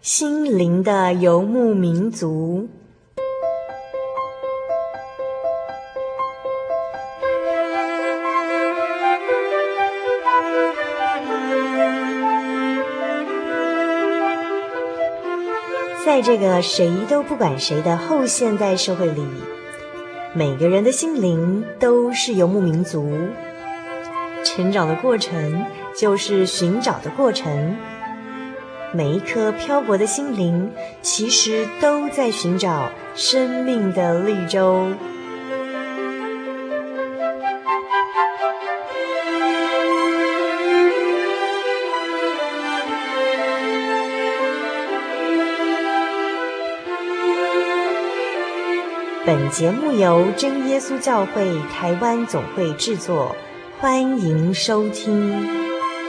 心灵的游牧民族。在这个谁都不管谁的后现代社会里，每个人的心灵都是游牧民族。成长的过程就是寻找的过程，每一颗漂泊的心灵其实都在寻找生命的绿洲。本节目由真耶稣教会台湾总会制作，欢迎收听。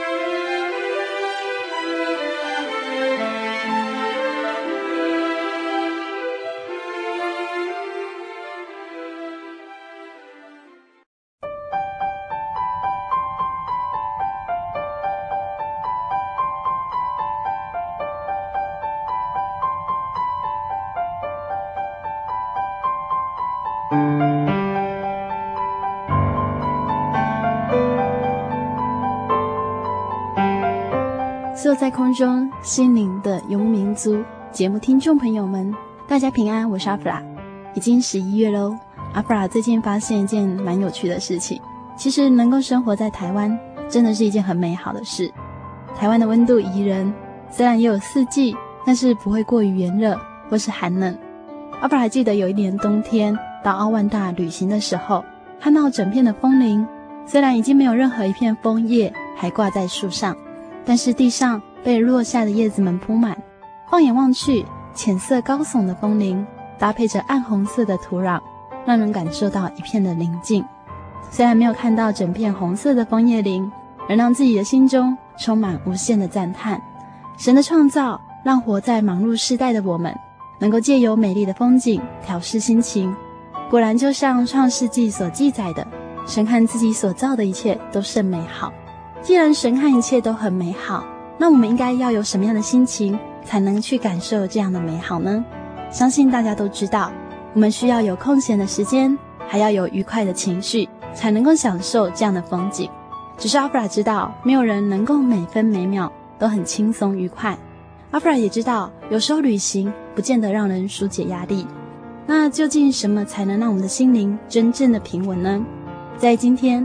坐在空中心灵的游牧民族节目听众朋友们，大家平安，我是阿弗拉。已经11月咯，阿弗拉最近发现一件蛮有趣的事情，其实能够生活在台湾真的是一件很美好的事。台湾的温度宜人，虽然也有四季，但是不会过于炎热或是寒冷。阿弗拉还记得有一年冬天到奥万大旅行的时候，看到整片的枫林，虽然已经没有任何一片枫叶还挂在树上，但是地上被落下的叶子们铺满，放眼望去，浅色高耸的枫林搭配着暗红色的土壤，让人感受到一片的宁静。虽然没有看到整片红色的枫叶林，仍让自己的心中充满无限的赞叹。神的创造让活在忙碌世代的我们能够借由美丽的风景调适心情。果然就像创世纪所记载的，神看自己所造的一切都甚美好。既然神看一切都很美好，那我们应该要有什么样的心情才能去感受这样的美好呢？相信大家都知道，我们需要有空闲的时间，还要有愉快的情绪，才能够享受这样的风景。只是阿弗拉知道，没有人能够每分每秒都很轻松愉快。阿弗拉也知道，有时候旅行不见得让人疏解压力。那究竟什么才能让我们的心灵真正的平稳呢？在今天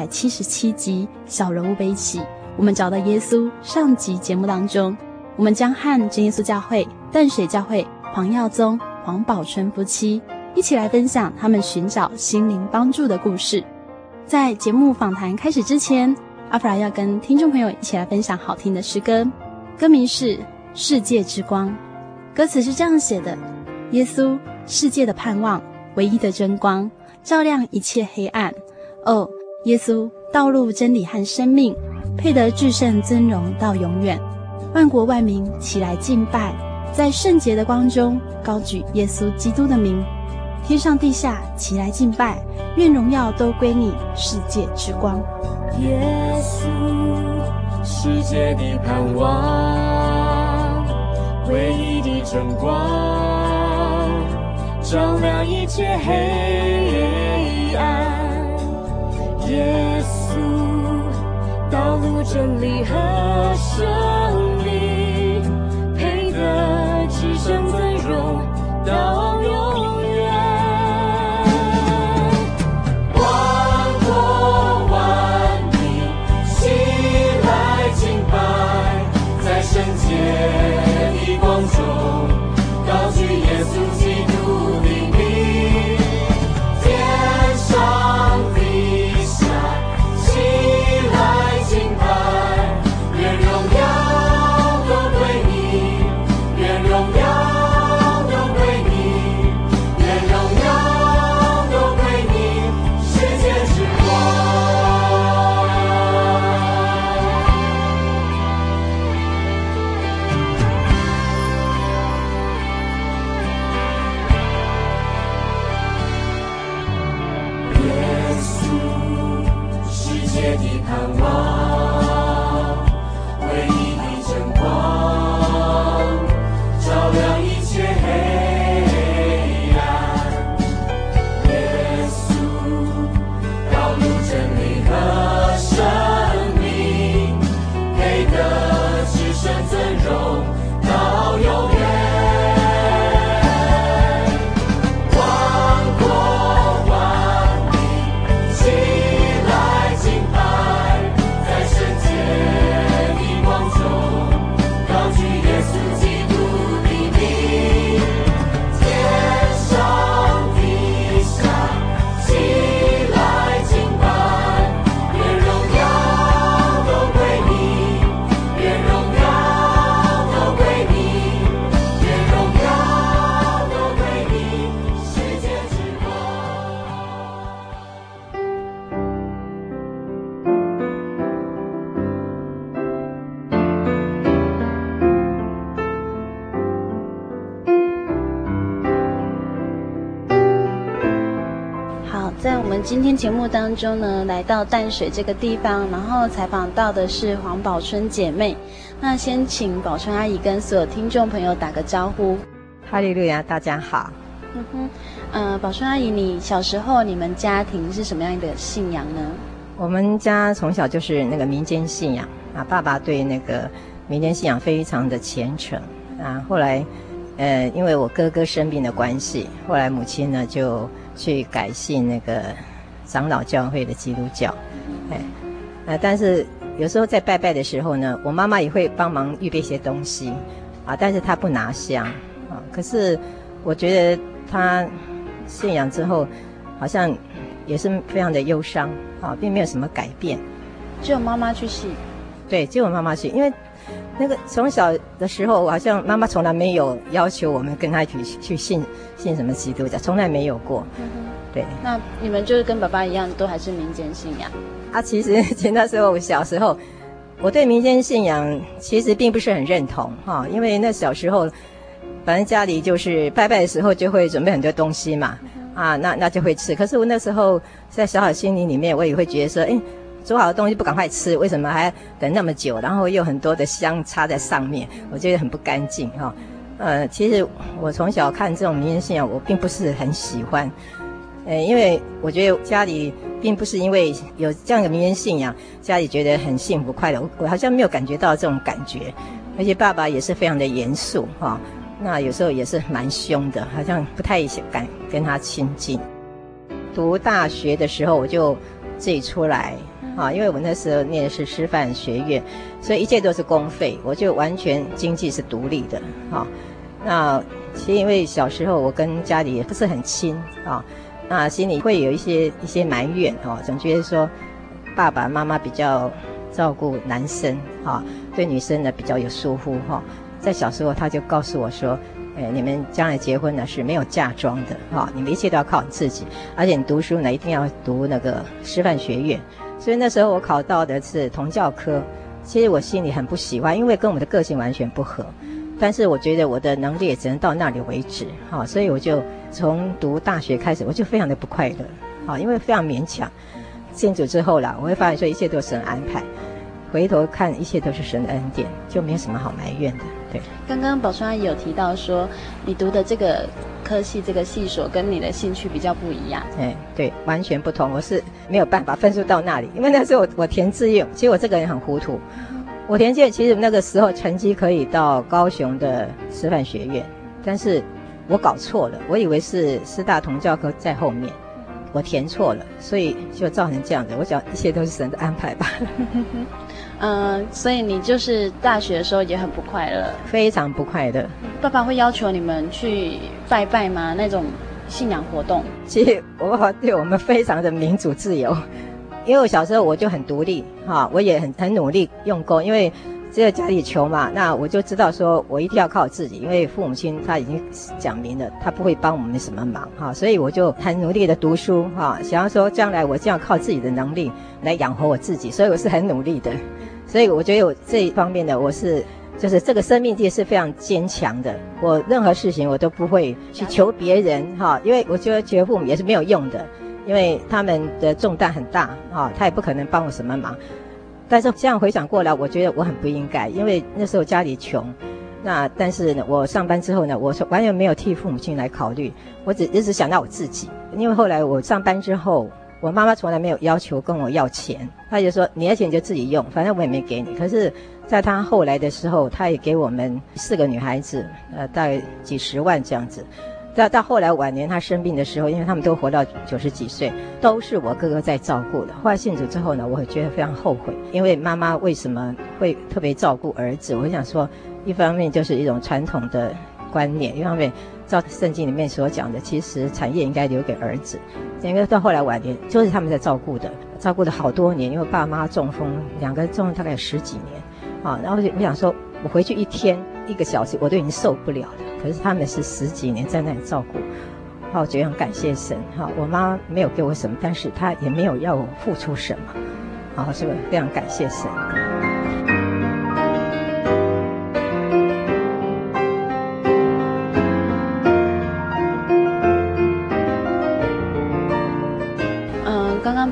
677集小人物悲喜，我们找到耶稣上集节目当中，我们将和真耶稣教会淡水教会黄耀宗、黄宝春夫妻一起来分享他们寻找心灵帮助的故事。在节目访谈开始之前，阿弗拉要跟听众朋友一起来分享好听的诗歌，歌名是《世界之光》。歌词是这样写的：耶稣，世界的盼望，唯一的真光，照亮一切黑暗。哦，耶稣，道路、真理和生命，配得至圣尊荣到永远。万国万民起来敬拜，在圣洁的光中高举耶稣基督的名。天上地下起来敬拜，愿荣耀都归你，世界之光。 耶稣，世界的盼望，唯一的真光，照亮一切黑暗。耶稣，道路、真理和生命，配得至圣尊荣到永远。万国万民起来敬拜，在圣洁的光中高举耶稣基督的名。天上地下起来敬拜，愿荣耀都归你，愿荣耀都归你。 在我们今天节目当中呢，来到淡水这个地方，然后采访到的是黄宝春姐妹。那先请宝春阿姨跟所有听众朋友打个招呼。 哈利路亚，大家好。 宝春阿姨，你小时候你们家庭是什么样的信仰呢？ 我们家从小就是那个民间信仰啊，爸爸对那个民间信仰非常的虔诚啊。后来，因为我哥哥生病的关系，后来母亲呢就去改信那个长老教会的基督教，但是有时候在拜拜的时候呢，我妈妈也会帮忙预备一些东西啊，但是她不拿香啊。可是我觉得她信仰之后，好像也是非常的忧伤啊，并没有什么改变。 只有妈妈去信？对， 只有妈妈去，因为那个从小的时候，好像妈妈从来没有要求我们跟她一起去信什么基督教，从来没有过。对。 那你们就是跟爸爸一样，都还是民间信仰？ 其实那时候小时候，我对民间信仰其实并不是很认同哈，因为那小时候，反正家里就是拜拜的时候就会准备很多东西嘛，那就会吃。可是我那时候在小小心灵里面，我也会觉得说，煮好的东西不赶快吃，为什么还等那么久？然后又很多的香插在上面，我觉得很不干净哈。其实我从小看这种民间信仰，我并不是很喜欢。因为我觉得家里并不是因为有这样的民间信仰，家里觉得很幸福快乐，我好像没有感觉到这种感觉。而且爸爸也是非常的严肃哈，那有时候也是蛮凶的，好像不太敢跟他亲近。读大学的时候我就自己出来因为我那时候念的是师范学院，所以一切都是公费，我就完全经济是独立的那其实因为小时候我跟家里也不是很亲那心里会有一些埋怨总觉得说爸爸妈妈比较照顾男生对女生呢比较有疏忽在小时候他就告诉我说，你们将来结婚呢是没有嫁妆的你们一切都要靠你自己，而且你读书呢一定要读那个师范学院。所以那时候我考到的是同教科，其实我心里很不喜欢，因为跟我的个性完全不合。但是我觉得我的能力也只能到那里为止所以我就从读大学开始，我就非常的不快乐因为非常勉强。信主之后啦，我会发现说一切都是神安排，回头看一切都是神的恩典，就没有什么好埋怨的。对， 刚刚宝春阿姨有提到说你读的这个科系这个系所跟你的兴趣比较不一样。 对，完全不同。我是没有办法分数到那里，因为那时候我填志愿，其实我这个人很糊涂。我填志愿其实那个时候成绩可以到高雄的师范学院，但是我搞错了，我以为是师大同教科在后面，我填错了，所以就造成这样的。我想一切都是神的安排吧。 所以你就是大学的时候也很不快乐？ 非常不快乐。 爸爸会要求你们去拜拜吗？那种信仰活动？ 其实我爸爸对我们非常的民主自由，因为我小时候我就很独立我也很努力用功，因为只有家里穷嘛，那我就知道说我一定要靠自己，因为父母亲他已经讲明了，他不会帮我们什么忙所以我就很努力的读书想要说将来我这样靠自己的能力来养活我自己，所以我是很努力的。所以我觉得我这一方面的我是就是这个生命力是非常坚强的，我任何事情我都不会去求别人因为我觉得求父母也是没有用的，因为他们的重担很大他也不可能帮我什么忙。但是这样回想过来，我觉得我很不应该，因为那时候家里穷，但是呢我上班之后呢，我完全没有替父母亲来考虑，我只想到我自己。因为后来我上班之后，我妈妈从来没有要求跟我要钱，她就说你的钱就自己用，反正我也没给你。可是在她后来的时候，她也给我们4个女孩子大概几十万这样子。到后来晚年她生病的时候，因为他们都活到90几岁，都是我哥哥在照顾的。后来信主之后呢，我会觉得非常后悔，因为妈妈为什么会特别照顾儿子？我想说一方面就是一种传统的观念，一方面照圣经里面所讲的，其实产业应该留给儿子。因为到后来晚年就是他们在照顾了好多年，因为爸妈中风，2个中了大概有10几年然后我想说我回去1天1个小时我都已经受不了了，可是他们是10几年在那里照顾我觉得很感谢神我妈没有给我什么，但是她也没有要我付出什么所以我非常感谢神。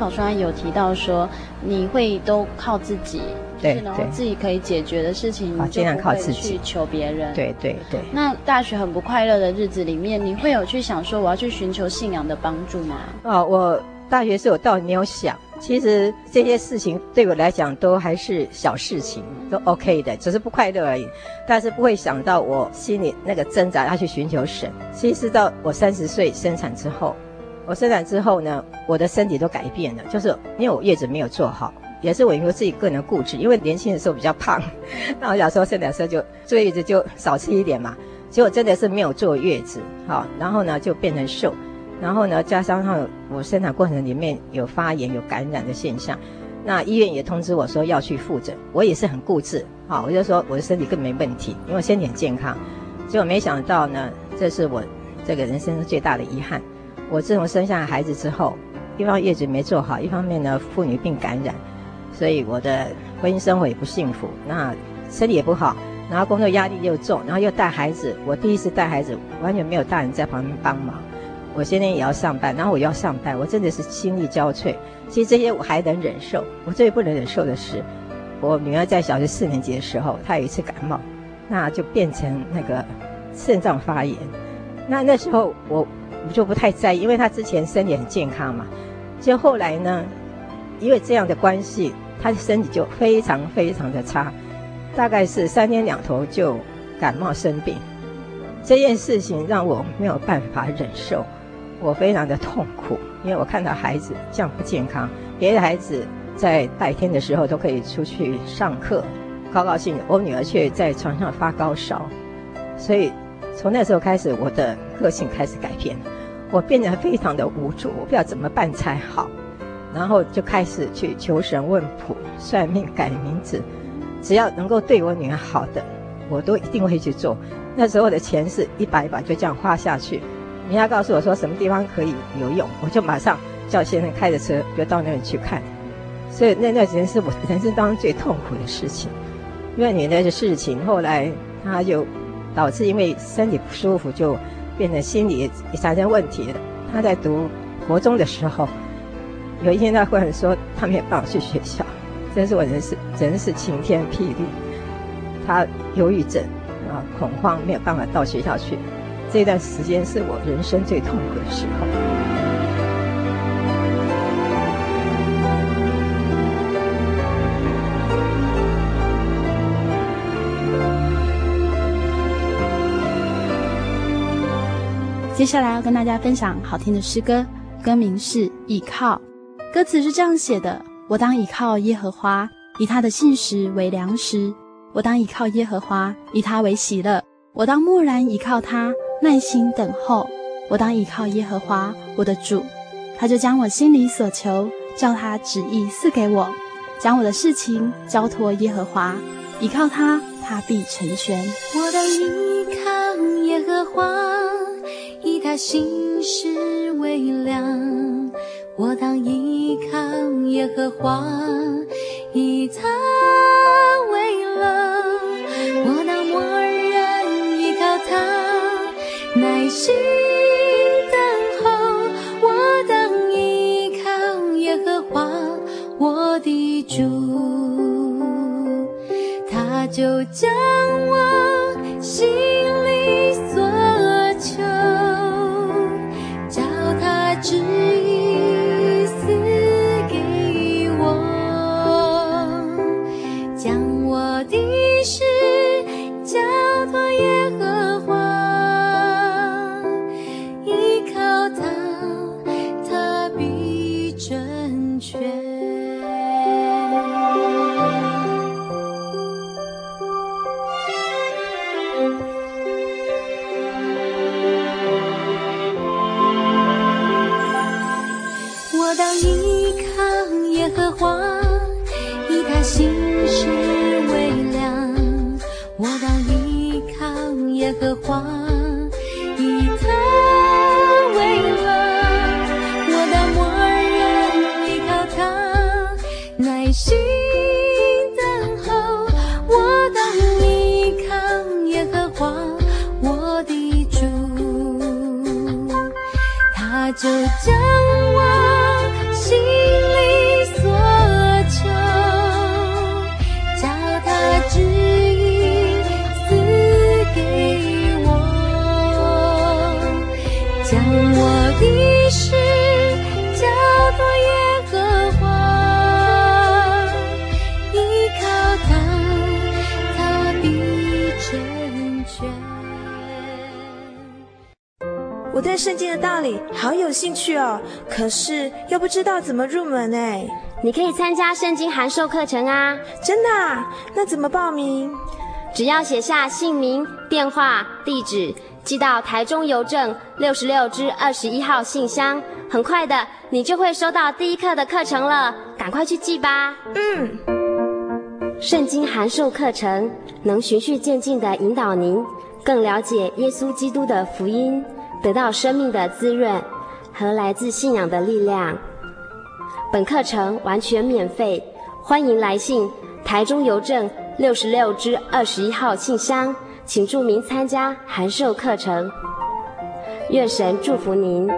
老师有提到说，你会都靠自己， 对， 然后自己可以解决的事情， 尽量靠自己， 去求别人。 对对对。 那大学很不快乐的日子里面，你会有去想说我要去寻求信仰的帮助吗？ 我大学时我倒没有想，其实这些事情对我来讲都还是小事情，都 OK 的，只是不快乐而已。但是不会想到我心里那个挣扎要去寻求神。其实到我30岁生产之后，呢，我的身体都改变了，就是因为我月子没有做好，也是我因为自己个人固执，因为年轻的时候比较胖，那我想说生产时候就坐月子就少吃一点嘛，结果真的是没有坐月子，好，然后呢就变成瘦。然后呢，加上我生产过程里面有发炎、有感染的现象，那医院也通知我说要去复诊，我也是很固执，好，我就说我的身体更没问题，因为我身体很健康。结果没想到呢，这是我这个人生最大的遗憾。我自从生下孩子之后，一方面月子没做好，一方面呢妇女病感染，所以我的婚姻生活也不幸福，那身体也不好，然后工作压力又重，然后又带孩子，我第一次带孩子完全没有大人在旁边帮忙。我现在也要上班，然后我要上班，我真的是心力交瘁。其实这些我还能忍受，我最不能忍受的是，我女儿在小学4年级的时候，她有一次感冒，那就变成那个肾脏发炎。那时候我就不太在意，因为她之前身体很健康嘛。就后来呢，因为这样的关系，她的身体就非常非常的差，大概是3天2头就感冒生病。这件事情让我没有办法忍受。我非常的痛苦，因为我看到孩子这样不健康，别的孩子在白天的时候都可以出去上课，高高兴兴，我女儿却在床上发高烧。所以从那时候开始，我的个性开始改变了，我变得非常的无助，我不知道怎么办才好，然后就开始去求神问卜、算命、改名字，只要能够对我女儿好的，我都一定会去做。那时候的钱是100就这样花下去。人家告诉我说什么地方可以游泳，我就马上叫先生开着车就到那里去看。所以那段时间是我人生当中最痛苦的事情，因为你那些事情后来他就导致因为身体不舒服，就变成心理也产生问题了。他在读国中的时候，有一天他忽然说他没有办法去学校，真是我真是晴天霹雳。他忧郁症恐慌，没有办法到学校去。这段时间是我人生最痛苦的时候。 接下来要跟大家分享好听的诗歌，歌名是《倚靠》。歌词是这样写的：我当倚靠耶和华，以他的信实为粮食；我当倚靠耶和华，以他为喜乐；我当默然倚靠他，耐心等候。我当倚靠耶和华我的主，他就将我心里所求照他旨意赐给我，将我的事情交托耶和华，倚靠他，他必成全。 我当依靠耶和华，以他信实为粮；我当依靠耶和华，以他为乐；我当默然依靠他，耐心等候；我当依靠耶和华我的主，他就将我心里所求照他旨意赐给我，将我的事交托耶和华，依靠他，他必成全。我当依靠耶和华，以他信实为粮；我当依靠耶和华，以他为乐；我当默然依靠他，耐心等候；我当依靠耶和华我的主，他就将我心里的事交托耶和华，依靠他必成全。 我对圣经的道理好有兴趣哦，可是又不知道怎么入门哎。 你可以参加圣经函授课程啊。 真的啊？那怎么报名？ 只要写下姓名、电话、地址，寄到台中邮政66支21号信箱，很快的你就会收到第一课的课程了，赶快去寄吧。圣经函授课程能循序渐进地引导您更了解耶稣基督的福音，得到生命的滋润和来自信仰的力量。本课程完全免费，欢迎来信台中邮政66支21号信箱，请注明参加函授课程。愿神祝福您。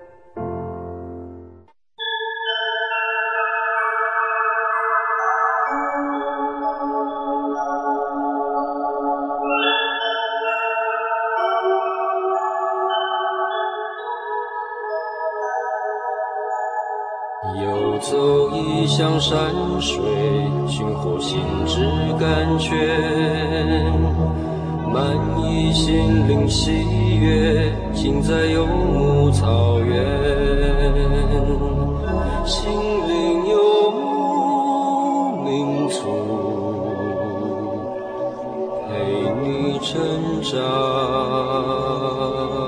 游走异乡山水，寻获心之甘泉，满溢心灵喜悦，尽在游牧草原。心灵游牧民族，陪你成长。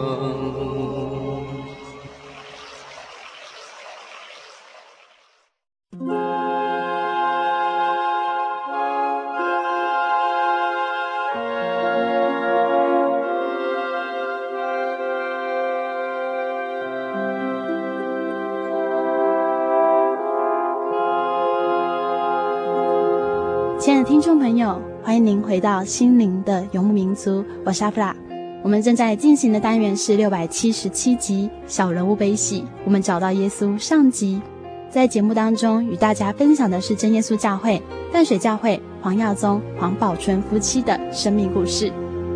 亲爱的听众朋友，欢迎您回到心灵的游牧民族，我是阿弗拉。我们正在进行的单元是677集小人物悲喜，我们找到耶稣上集。在节目当中与大家分享的是真耶稣教会淡水教会黄耀宗、黄宝春夫妻的生命故事。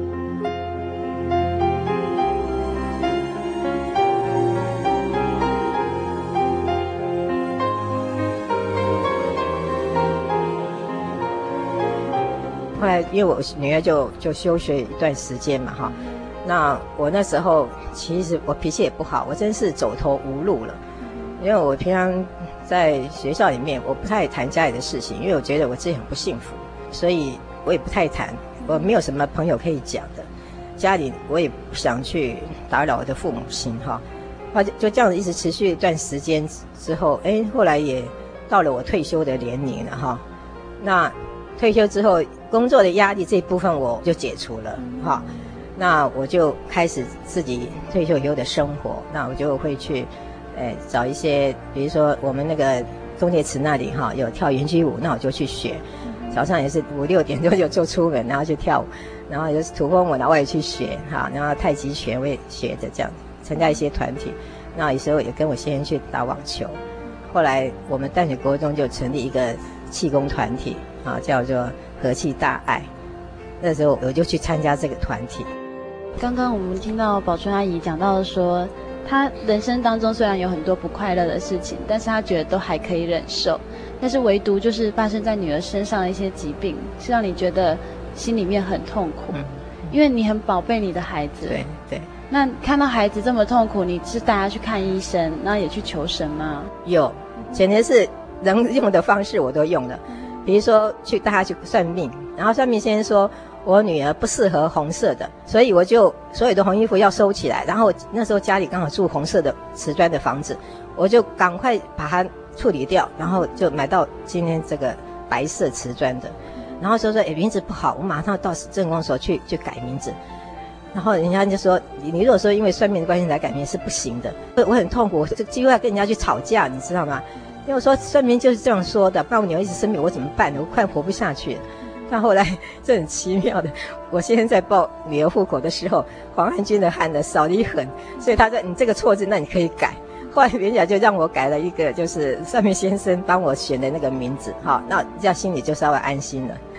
后来因为我女儿就休学一段时间嘛哈，那我那时候其实我脾气也不好，我真是走投无路了。因为我平常在学校里面我不太谈家里的事情，因为我觉得我自己很不幸福，所以我也不太谈，我没有什么朋友可以讲的，家里我也不想去打扰我的父母亲哈。就这样子一直持续一段时间之后，后来也到了我退休的年龄了哈。那退休之后工作的压力这一部分我就解除了哈，那我就开始自己退休以后的生活，那我就会去找一些，比如说我们那个中介池那里哈有跳圆居舞，那我就去学，早上也是5、6点就出门，然后去跳舞，然后就是土风舞，然后我也去学哈，然后太极拳我也学着这样，参加一些团体，那有时候也跟我先生去打网球。后来我们淡水国中就成立一个气功团体啊，叫做和气大爱，那时候我就去参加这个团体。 刚刚我们听到宝春阿姨讲到说，她人生当中虽然有很多不快乐的事情，但是她觉得都还可以忍受，但是唯独就是发生在女儿身上的一些疾病，是让你觉得心里面很痛苦，因为你很宝贝你的孩子。 对对。 那看到孩子这么痛苦，你是带他去看医生，然后也去求神吗？ 有，简直是能用的方式我都用了，比如说去带他去算命，然后算命先生说我女儿不适合红色的，所以我就所有的红衣服要收起来，然后那时候家里刚好住红色的瓷砖的房子，我就赶快把它处理掉，然后就买到今天这个白色瓷砖的，然后说名字不好，我马上到市政公所去改名字。然后人家就说你如果说因为算命的关系来改名是不行的，我很痛苦，我就几乎要跟人家去吵架，你知道吗？因为我说算命就是这样说的，不然我女儿一直生病我怎么办呢？我快活不下去了。但后来这很奇妙的，我先生在报女儿户口的时候，黄汉君的汉呢少了一横，所以他说你这个错字那你可以改。后来人家就让我改了一个就是算命先生帮我选的那个名字，好，那这样心里就稍微安心了。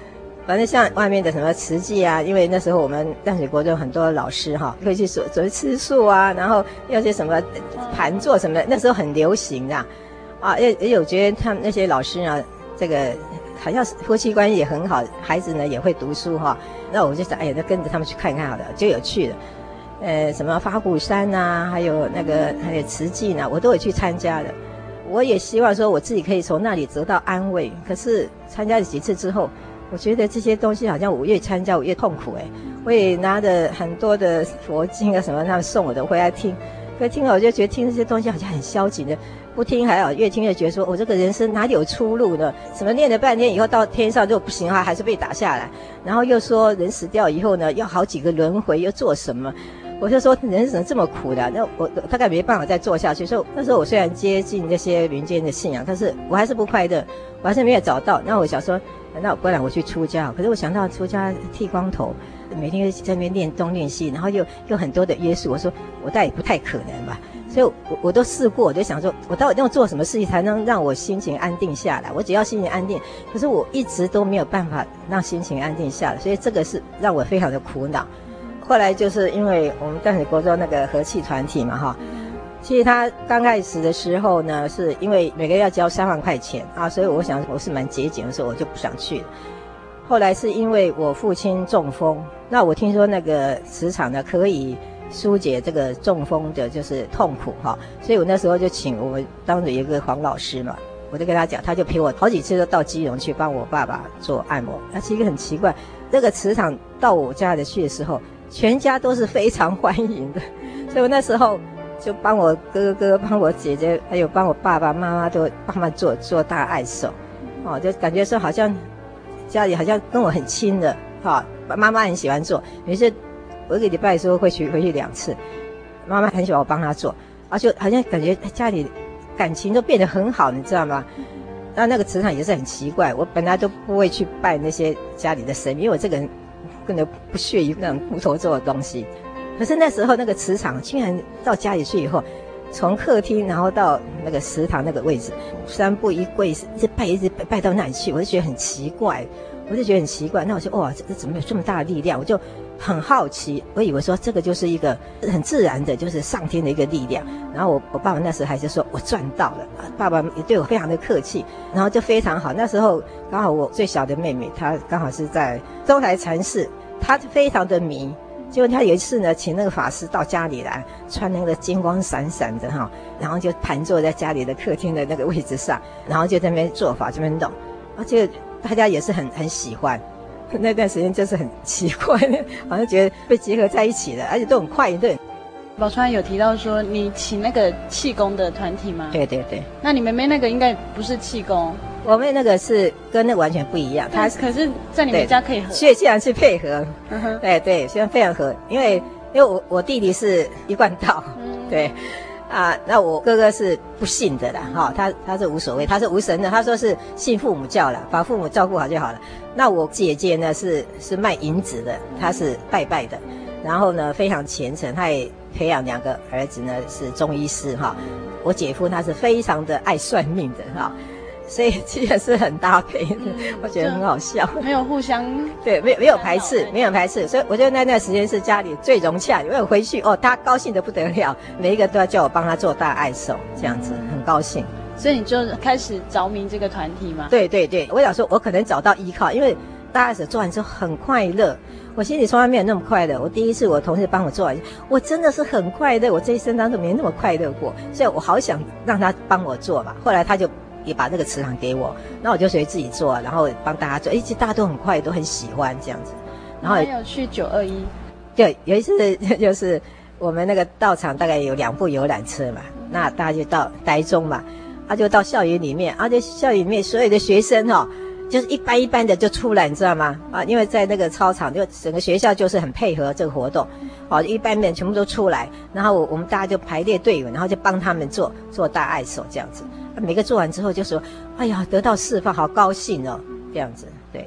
反正像外面的什么慈济啊，因为那时候我们淡水国中很多老师哈，会去所谓吃素啊，然后要些什么盘坐什么的，那时候很流行的啊，也有觉得他们那些老师啊，这个好像夫妻关系也很好，孩子呢也会读书哈，那我就想，哎呀，那跟着他们去看看好了，就有趣了。什么法鼓山啊，还有慈济呢，我都有去参加的。我也希望说我自己可以从那里得到安慰，可是参加了几次之后，我觉得这些东西好像我越参加我越痛苦我也拿着很多的佛经啊什么他们送我的回来听，可听了我就觉得听这些东西好像很消极的，不听还好，越听越觉得说我这个人生哪里有出路呢？什么念了半天以后到天上如果不行的话还是被打下来，然后又说人死掉以后呢要好几个轮回，又做什么？我就说人怎么这么苦的那我大概没办法再做下去。所以那时候我虽然接近这些民间的信仰，但是我还是不快乐，我还是没有找到。那我想说那不然我去出家，可是我想到出家剃光头，每天在那边练东练西，然后又很多的约束，我说我大概也不太可能吧。所以我都试过，我就想说我到底要做什么事情才能让我心情安定下来，我只要心情安定，可是我一直都没有办法让心情安定下来，所以这个是让我非常的苦恼。后来就是因为我们淡水国中那个和气团体嘛哈，其实他刚开始的时候呢，是因为每个月要交3万块钱啊，所以我想我是蛮节俭的时候，我就不想去了。后来是因为我父亲中风，那我听说那个磁场呢可以疏解这个中风的就是痛苦哈，所以我那时候就请我们当时有一个黄老师嘛，我就跟他讲，他就陪我好几次都到基隆去帮我爸爸做按摩。那其实很奇怪，这个磁场到我家里去的时候，全家都是非常欢迎的，所以我那时候就帮我哥哥、帮我姐姐，还有帮我爸爸妈妈都帮忙做大爱手，就感觉说好像家里好像跟我很亲的，妈妈很喜欢做，每次我一个礼拜的时候会回去2次，妈妈很喜欢我帮她做，而且好像感觉家里感情都变得很好，你知道吗？那个磁场也是很奇怪，我本来都不会去拜那些家里的神，因为我这个人根本不屑于那种木头做的东西。可是那时候那个磁场竟然到家里去以后，从客厅然后到那个食堂那个位置，3步1跪，一直拜到那里去，我就觉得很奇怪，那我就哇，这怎么有这么大的力量？我就很好奇，我以为说这个就是一个很自然的，就是上天的一个力量。然后我爸爸那时候还是说我赚到了，爸爸也对我非常的客气，然后就非常好。那时候刚好我最小的妹妹，她刚好是在东台禅寺，她非常的迷。结果他有一次呢，请那个法师到家里来，穿那个金光闪闪的哈，然后就盘坐在家里的客厅的那个位置上，然后就在那边做法，这边弄，而且大家也是很喜欢。那段时间就是很奇怪，好像觉得被结合在一起了，而且都很快乐。 宝钏有提到说你请那个气功的团体吗？ 对对对。 那你妹妹那个应该不是气功， 我妹那个是跟那个完全不一样，她可是在你们家可以合， 所以既然是配合，对对，虽然非常合，因为我弟弟是一贯道，对那我哥哥是不信的啦，他是无所谓，他是无神的，他说是信父母教啦，把父母照顾好就好了。那我姐姐呢是卖银子的，她是拜拜的，然后呢非常虔诚，她也培养2个儿子呢是中医师我姐夫他是非常的爱算命的所以其实是很搭配的，我觉得很好笑， 没有互相对，没有排斥，没有排斥，所以我觉得那段时间是家里最融洽，因为我回去他高兴得不得了，每一个都要叫我帮他做大爱手，这样子很高兴。 所以你就开始着迷这个团体吗？ 对对对，我想说我可能找到依靠，因为大爱手做完之后很快乐，我心里从来没有那么快乐。我第一次我同事帮我做完，我真的是很快乐，我这一生当中没那么快乐过，所以我好想让他帮我做嘛。后来他就也把那个磁场给我，那我就随自己做，然后帮大家做，其实大家都很快，都很喜欢这样子。然后还有去921， 对，有一次就是我们那个道场大概有2部游览车嘛，那大家就到台中嘛，就到校园里面，就校园里面所有的学生就是一班一班的就出来，你知道吗？因为在那个操场，就整个学校就是很配合这个活动，一班人全部都出来，然后我们大家就排列队伍，然后就帮他们做大爱手这样子。每个做完之后就说：“哎呀，得到释放，好高兴哦！”这样子，对。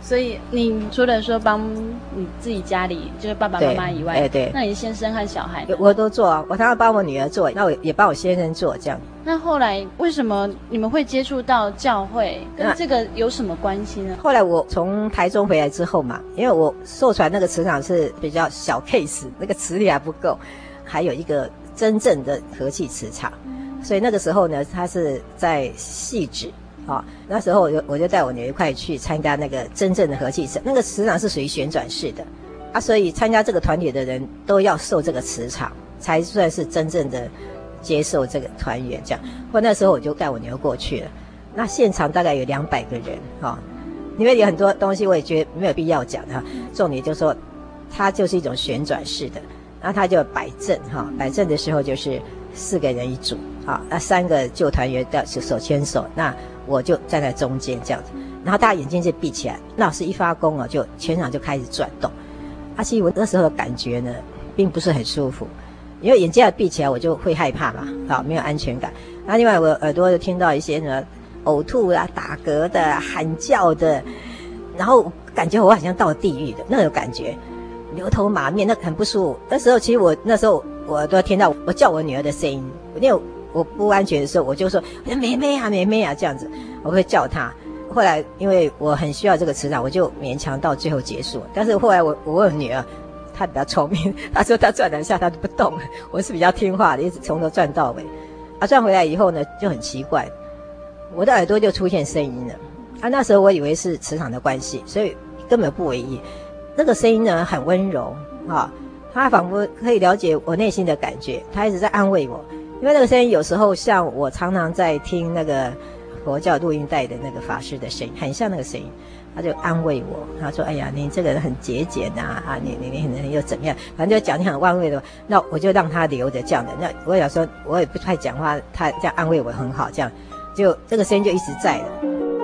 所以你除了说帮你自己家里就是爸爸妈妈以外， 对， 那你先生和小孩呢？ 我都做啊，我常常帮我女儿做，那我也帮我先生做这样。 那后来为什么你们会接触到教会，跟这个有什么关系呢？ 后来我从台中回来之后嘛，因为我受传那个磁场是比较小 case， 那个磁力还不够，还有一个真正的和气磁场，所以那个时候呢，他是在汐止。那时候我就带我女儿一块去参加那个真正的和气磁，那个磁场是属于旋转式的所以参加这个团体的人都要受这个磁场，才算是真正的接受这个团员这样。那时候我就带我女儿过去了，那现场大概有200个人里面有很多东西我也觉得没有必要讲的重点就是说它就是一种旋转式的，然后它就摆阵摆阵的时候就是4个人一组那3个旧团员的手牵手，那我就站在中间这样子，然后大家眼睛就闭起来，老师一发功就全场就开始转动其实我那时候的感觉呢并不是很舒服，因为眼睛要闭起来我就会害怕嘛没有安全感。那另外我耳朵就听到一些什么呕吐打嗝的喊叫的，然后感觉我好像到地狱的那种感觉，牛头马面，那很不舒服。那时候其实我我都听到我叫我女儿的声音，因为我不安全的时候我就说妹妹啊这样子，我会叫她。后来因为我很需要这个磁场，我就勉强到最后结束。但是后来我问女儿，她比较聪明，她说她转2下她就不动了，我是比较听话的，一直从头转到尾转回来以后呢就很奇怪，我的耳朵就出现声音了那时候我以为是磁场的关系，所以根本不为意。那个声音呢很温柔他仿佛可以了解我内心的感觉，他一直在安慰我。因为那个声音有时候像我常常在听那个佛教录音带的那个法师的声音，很像那个声音，他就安慰我，他说哎呀你这个人很节俭你又怎么样，反正就讲你很安慰的，那我就让他留着这样的。那我有时候我也不太讲话，他这样安慰我很好，这样就这个声音就一直在了。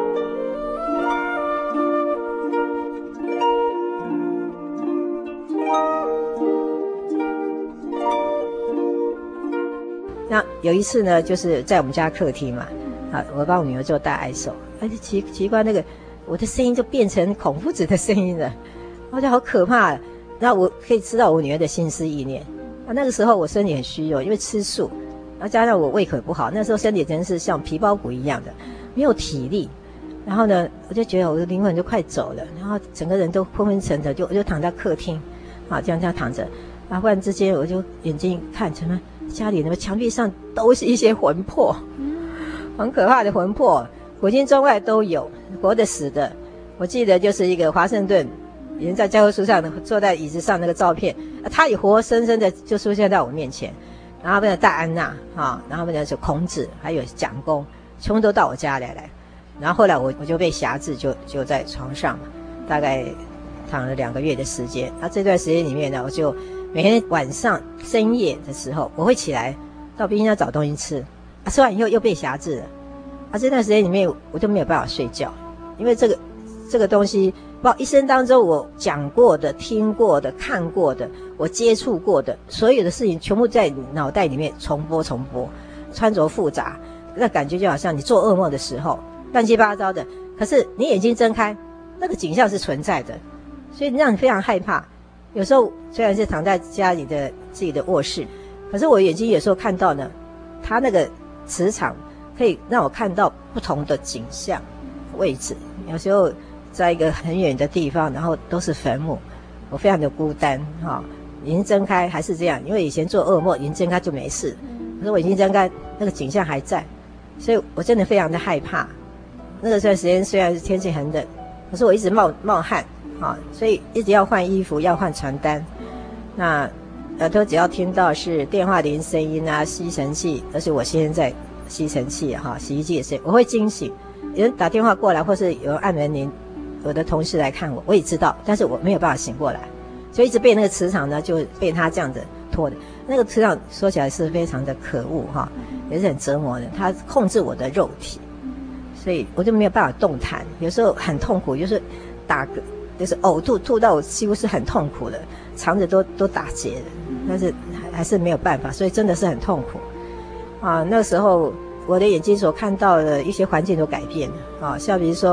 那有一次呢就是在我们家客厅嘛我帮我女儿做大爱手奇怪，那个我的声音就变成孔夫子的声音了，我觉得好可怕。那我可以知道我女儿的心思意念那个时候我身体很虚弱，因为吃素加上我胃口不好，那时候身体真是像皮包骨一样的，没有体力。然后呢我就觉得我的灵魂就快走了，然后整个人都昏昏沉沉，我就躺在客厅这样躺着忽然之间我就眼睛看什么家里那个墙壁上都是一些魂魄很可怕的魂魄，古今中外都有，活的死的。我记得就是一个华盛顿人在教科书上坐在椅子上那个照片他也活生生的就出现在我面前。然后那个戴安娜然后那个是孔子还有蒋公全部都到我家里来。然后后来我就被辖制，就在床上嘛，大概躺了2个月的时间。这段时间里面呢，我就每天晚上深夜的时候我会起来到冰箱找东西吃吃完以后又被辖制了这段时间里面我就没有办法睡觉，因为这个东西不知道一生当中我讲过的听过的看过的我接触过的所有的事情全部在脑袋里面重播穿着复杂，那感觉就好像你做噩梦的时候乱七八糟的，可是你眼睛睁开那个景象是存在的，所以让你非常害怕。有时候虽然是躺在家里的自己的卧室，可是我眼睛有时候看到呢，它那个磁场可以让我看到不同的景象位置。有时候在一个很远的地方，然后都是坟墓，我非常的孤单眼睛睁开还是这样，因为以前做噩梦眼睛睁开就没事，可是我眼睛睁开那个景象还在，所以我真的非常的害怕。那个段时间虽然是天气很冷，可是我一直冒汗所以一直要换衣服要换传单。那耳朵只要听到是电话铃声音吸尘器，而且我现在吸尘器洗衣机的声音我会惊醒。有人打电话过来或是有人按门铃，我的同事来看我也知道，但是我没有办法醒过来，所以一直被那个磁场呢就被他这样子拖的。那个磁场说起来是非常的可恶也是很折磨的，他控制我的肉体，所以我就没有办法动弹，有时候很痛苦，就是打嗝就是呕吐到我几乎是很痛苦的，肠子都打结了，但是还是没有办法，所以真的是很痛苦那时候我的眼睛所看到的一些环境都改变了像比如说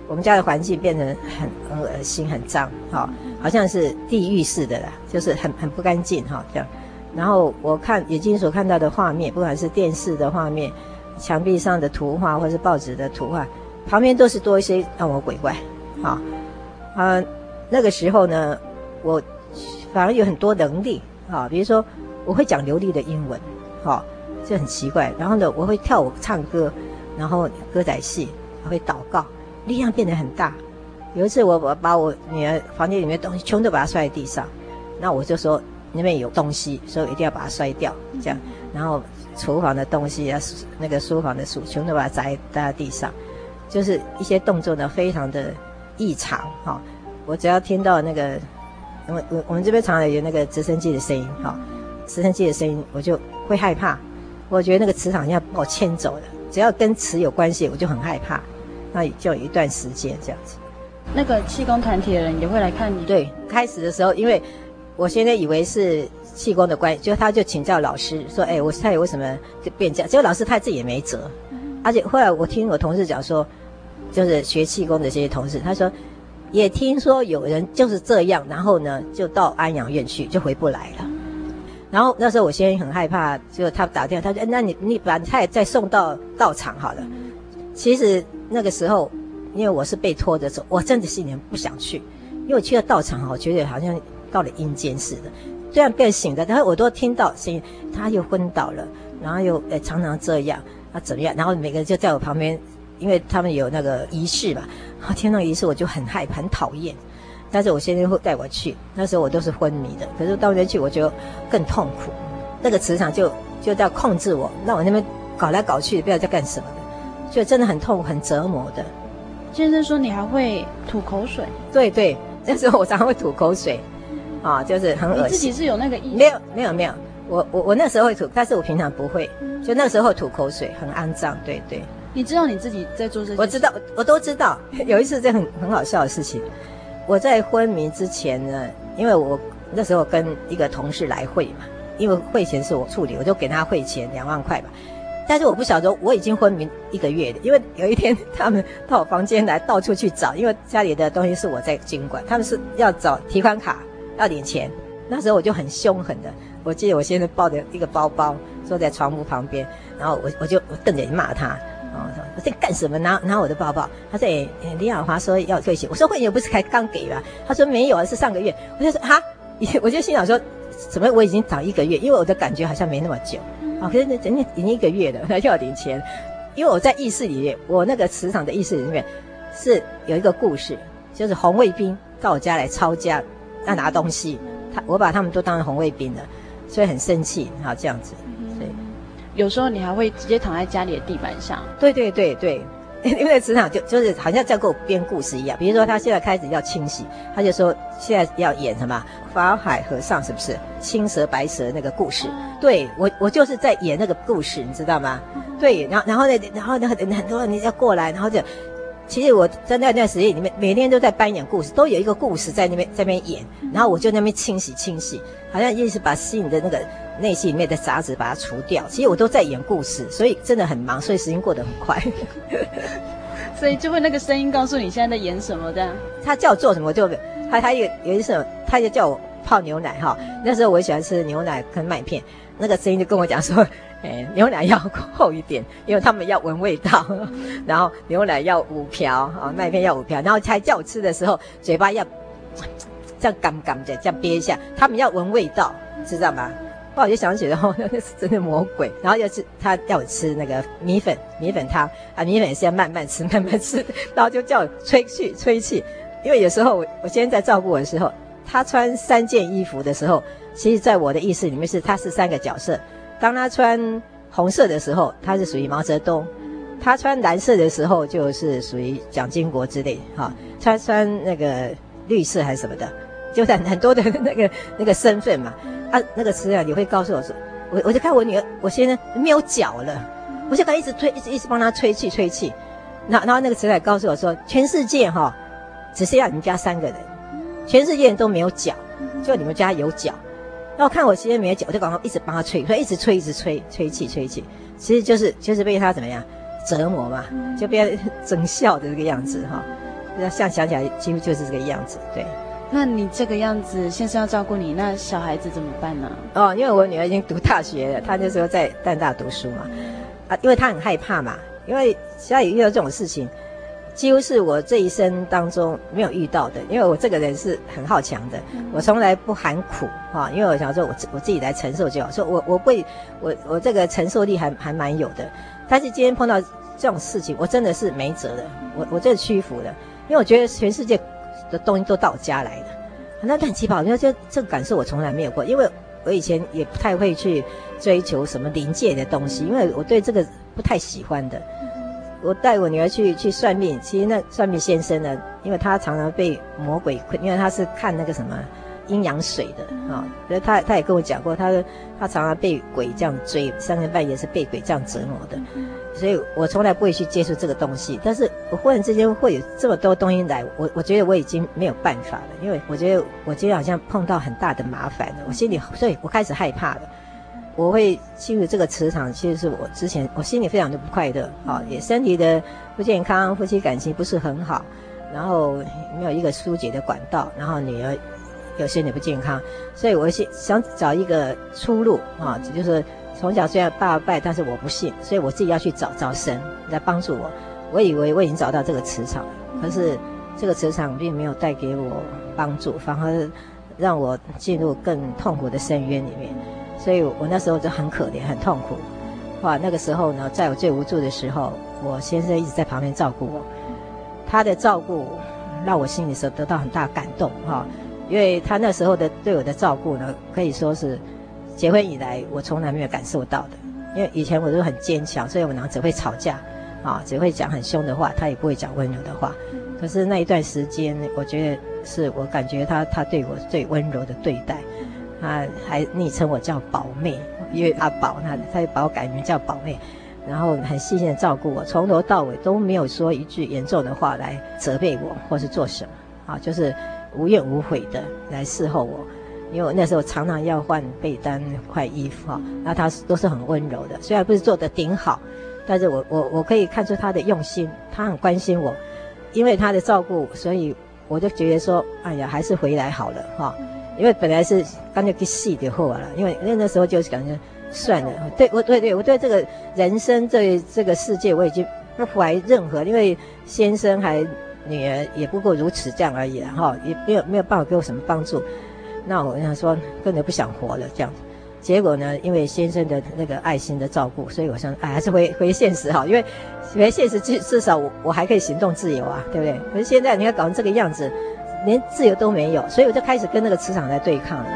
我们家的环境变成很恶心、很脏，好像是地狱似的啦，就是很不干净这样。然后我看眼睛所看到的画面，不管是电视的画面、墙壁上的图画，或是报纸的图画，旁边都是多一些让我鬼怪，那个时候呢，我反而有很多能力比如说我会讲流利的英文，这很奇怪。然后呢，我会跳舞、唱歌，然后歌仔戏，还会祷告，力量变得很大。有一次我把我女儿房间里面的东西全都把它摔在地上，那我就说那边有东西，所以我一定要把它摔掉，这样。然后厨房的东西啊，那个书房的书全都把它砸在地上，就是一些动作呢非常的异常我只要听到那个，我们这边常常有那个直升机的声音直升机的声音我就会害怕，我觉得那个磁场要把我牵走了，只要跟磁有关系我就很害怕，那就有一段时间这样子。 那个气功团体的人也会来看你？ 对，开始的时候，因为我现在以为是气功的关系，就他就请教老师说，我太太为什么就变这样？结果老师他自己也没辙，而且后来我听我同事讲说，就是学气功的这些同事，他说也听说有人就是这样，然后呢就到安养院去，就回不来了。然后那时候我先很害怕，就他打电话，他说那你把你太太再送到道场好了。其实那个时候因为我是被拖着走，我真的心里不想去，因为我去了道场我觉得好像到了阴间似的。虽然变醒的，但是我都听到声音，他又昏倒了，然后又常常这样怎么样，然后每个人就在我旁边，因为他们有那个仪式嘛，然后听到仪式我就很害怕很讨厌。但是我先生会带我去，那时候我都是昏迷的，可是到那边去我觉得更痛苦，那个磁场就在控制我，让我那边搞来搞去不知道在干什么的，所以真的很痛很折磨的。 先生说你还会吐口水？ 对对，那时候我常常会吐口水就是很恶心。 你自己是有那个意识？ 没有，我那时候会吐，但是我平常不会，就那时候吐口水很肮脏。对对， 你知道你自己在做这些？ 我知道，我都知道。有一次这很好笑的事情，我在昏迷之前呢，因为我那时候跟一个同事来汇嘛，因为汇钱是我处理，我就给他汇钱2万块吧。但是我不晓得我已经昏迷1个月了，因为有一天他们到我房间来到处去找，因为家里的东西是我在经管，他们是要找提款卡要领钱。那时候我就很凶狠的，我记得我先生抱着一个包包坐在床铺旁边，然后我瞪着眼骂他，我在干什么？拿我的包包。他说李雅华说要退钱，我说汇钱不是才刚给吗？他说没有，是上个月。我就说哈，我就心想说怎么我已经长1个月，因为我的感觉好像没那么久可是人家已经1个月了，他就要领钱。因为我在意识里面，我那个磁场的意识里面是有一个故事，就是红卫兵到我家来抄家要拿东西，我把他们都当成红卫兵了，所以很生气这样子。所以有时候你还会直接躺在家里的地板上。 对对对对，因为磁场就是好像在给我编故事一样。比如说他现在开始要清洗，他就说现在要演什么法海和尚是不是青蛇白蛇那个故事？对，我就是在演那个故事，你知道吗？对，然后呢很多人要过来，然后就其实我在那段时间里面每天都在扮演故事，都有一个故事在那边演，然后我就那边清洗，好像意思把心里的那个内心里面的杂质把它除掉。其实我都在演故事，所以真的很忙，所以时间过得很快。 所以就会那个声音告诉你现在在演什么的。他叫我做什么就他有一次他就叫我泡牛奶那时候我喜欢吃牛奶跟麦片，那个声音就跟我讲说牛奶要厚一点，因为他们要闻味道，然后牛奶要5瓢麦片要5瓢，然后才叫我吃的时候嘴巴要这样干的这样憋一下，他们要闻味道，知道吗？后来我就想起来那是真的魔鬼。然后是他要我吃那个米粉汤米粉也是要慢慢吃，然后就叫我吹气。因为有时候我先生在照顾我的时候，他穿3件衣服的时候，其实在我的意识里面他是3个角色。当他穿红色的时候，他是属于毛泽东；他穿蓝色的时候，就是属于蒋经国之类穿那个绿色还是什么的，就很多的那个身份嘛。那个词你会告诉我说，我就看我女儿，我现在没有脚了，我就赶紧一直帮她吹气。然后那个词告诉我说，全世界只剩下你们家3个人，全世界人都没有脚，就你们家有脚。然后看我现在没有脚，我就赶快一直帮她吹，所以一直吹气，其实就是被她怎么样折磨嘛，就被她整笑的这个样子那想起来几乎就是这个样子。对。 那你这个样子，先生要照顾你，那小孩子怎么办呢？ 因为我女儿已经读大学了，她那时候在淡大读书嘛，因为她很害怕嘛，因为家里遇到这种事情，几乎是我这一生当中没有遇到的。因为我这个人是很好强的，我从来不喊苦因为我想说我自己来承受就好，所以我这个承受力还蛮有的。但是今天碰到这种事情，我真的是没辙的，我真的屈服了，因为我觉得全世界的东西都到我家来了，那很奇葩。这个感受我从来没有过，因为我以前也不太会去追求什么灵界的东西，因为我对这个不太喜欢的。我带我女儿去算命，其实那算命先生呢，因为他常常被魔鬼困，因为他是看那个什么阴阳水的所以他也跟我讲过，他常常被鬼这样追，3更半夜是被鬼这样折磨的。所以我从来不会去接触这个东西，但是我忽然之间会有这么多东西来，我觉得我已经没有办法了，因为我觉得我今天好像碰到很大的麻烦了，所以我开始害怕了。我会进入这个磁场，其实是我之前我心里非常的不快乐也身体的不健康，夫妻感情不是很好，然后没有一个疏解的管道，然后女儿有身体不健康，所以我想找一个出路就是从小虽然爸爸拜，但是我不信，所以我自己要去找神来帮助我。我以为我已经找到这个磁场了，可是这个磁场并没有带给我帮助，反而让我进入更痛苦的深渊里面。所以我那时候就很可怜，很痛苦。那个时候呢，在我最无助的时候，我先生一直在旁边照顾我，他的照顾让我心里时候得到很大感动因为他那时候对我的照顾呢，可以说是结婚以来我从来没有感受到的。因为以前我都很坚强，所以我们只会吵架只会讲很凶的话，他也不会讲温柔的话。可是那一段时间，我觉得是我感觉他对我最温柔的对待，他还昵称我叫宝妹，因为阿宝，他就把我改名叫宝妹，然后很细心的照顾我，从头到尾都没有说一句严重的话来责备我或是做什么就是无怨无悔的来伺候我。因为我那时候常常要换被单换衣服那他都是很温柔的，虽然不是做得顶好，但是我可以看出他的用心，他很关心我。因为他的照顾，所以我就觉得说，哎呀，还是回来好了因为本来是干脆去死就好了，因为那时候就感觉算了。我对这个人生这个世界我已经不怀任何，因为先生还女儿也不过如此这样而已也没有办法给我什么帮助。那我想说根本不想活了这样子。结果呢，因为先生的那个爱心的照顾，所以我想还是回现实因为回现实至少我还可以行动自由对不对？可是现在你看搞成这个样子，连自由都没有，所以我就开始跟那个磁场来对抗了。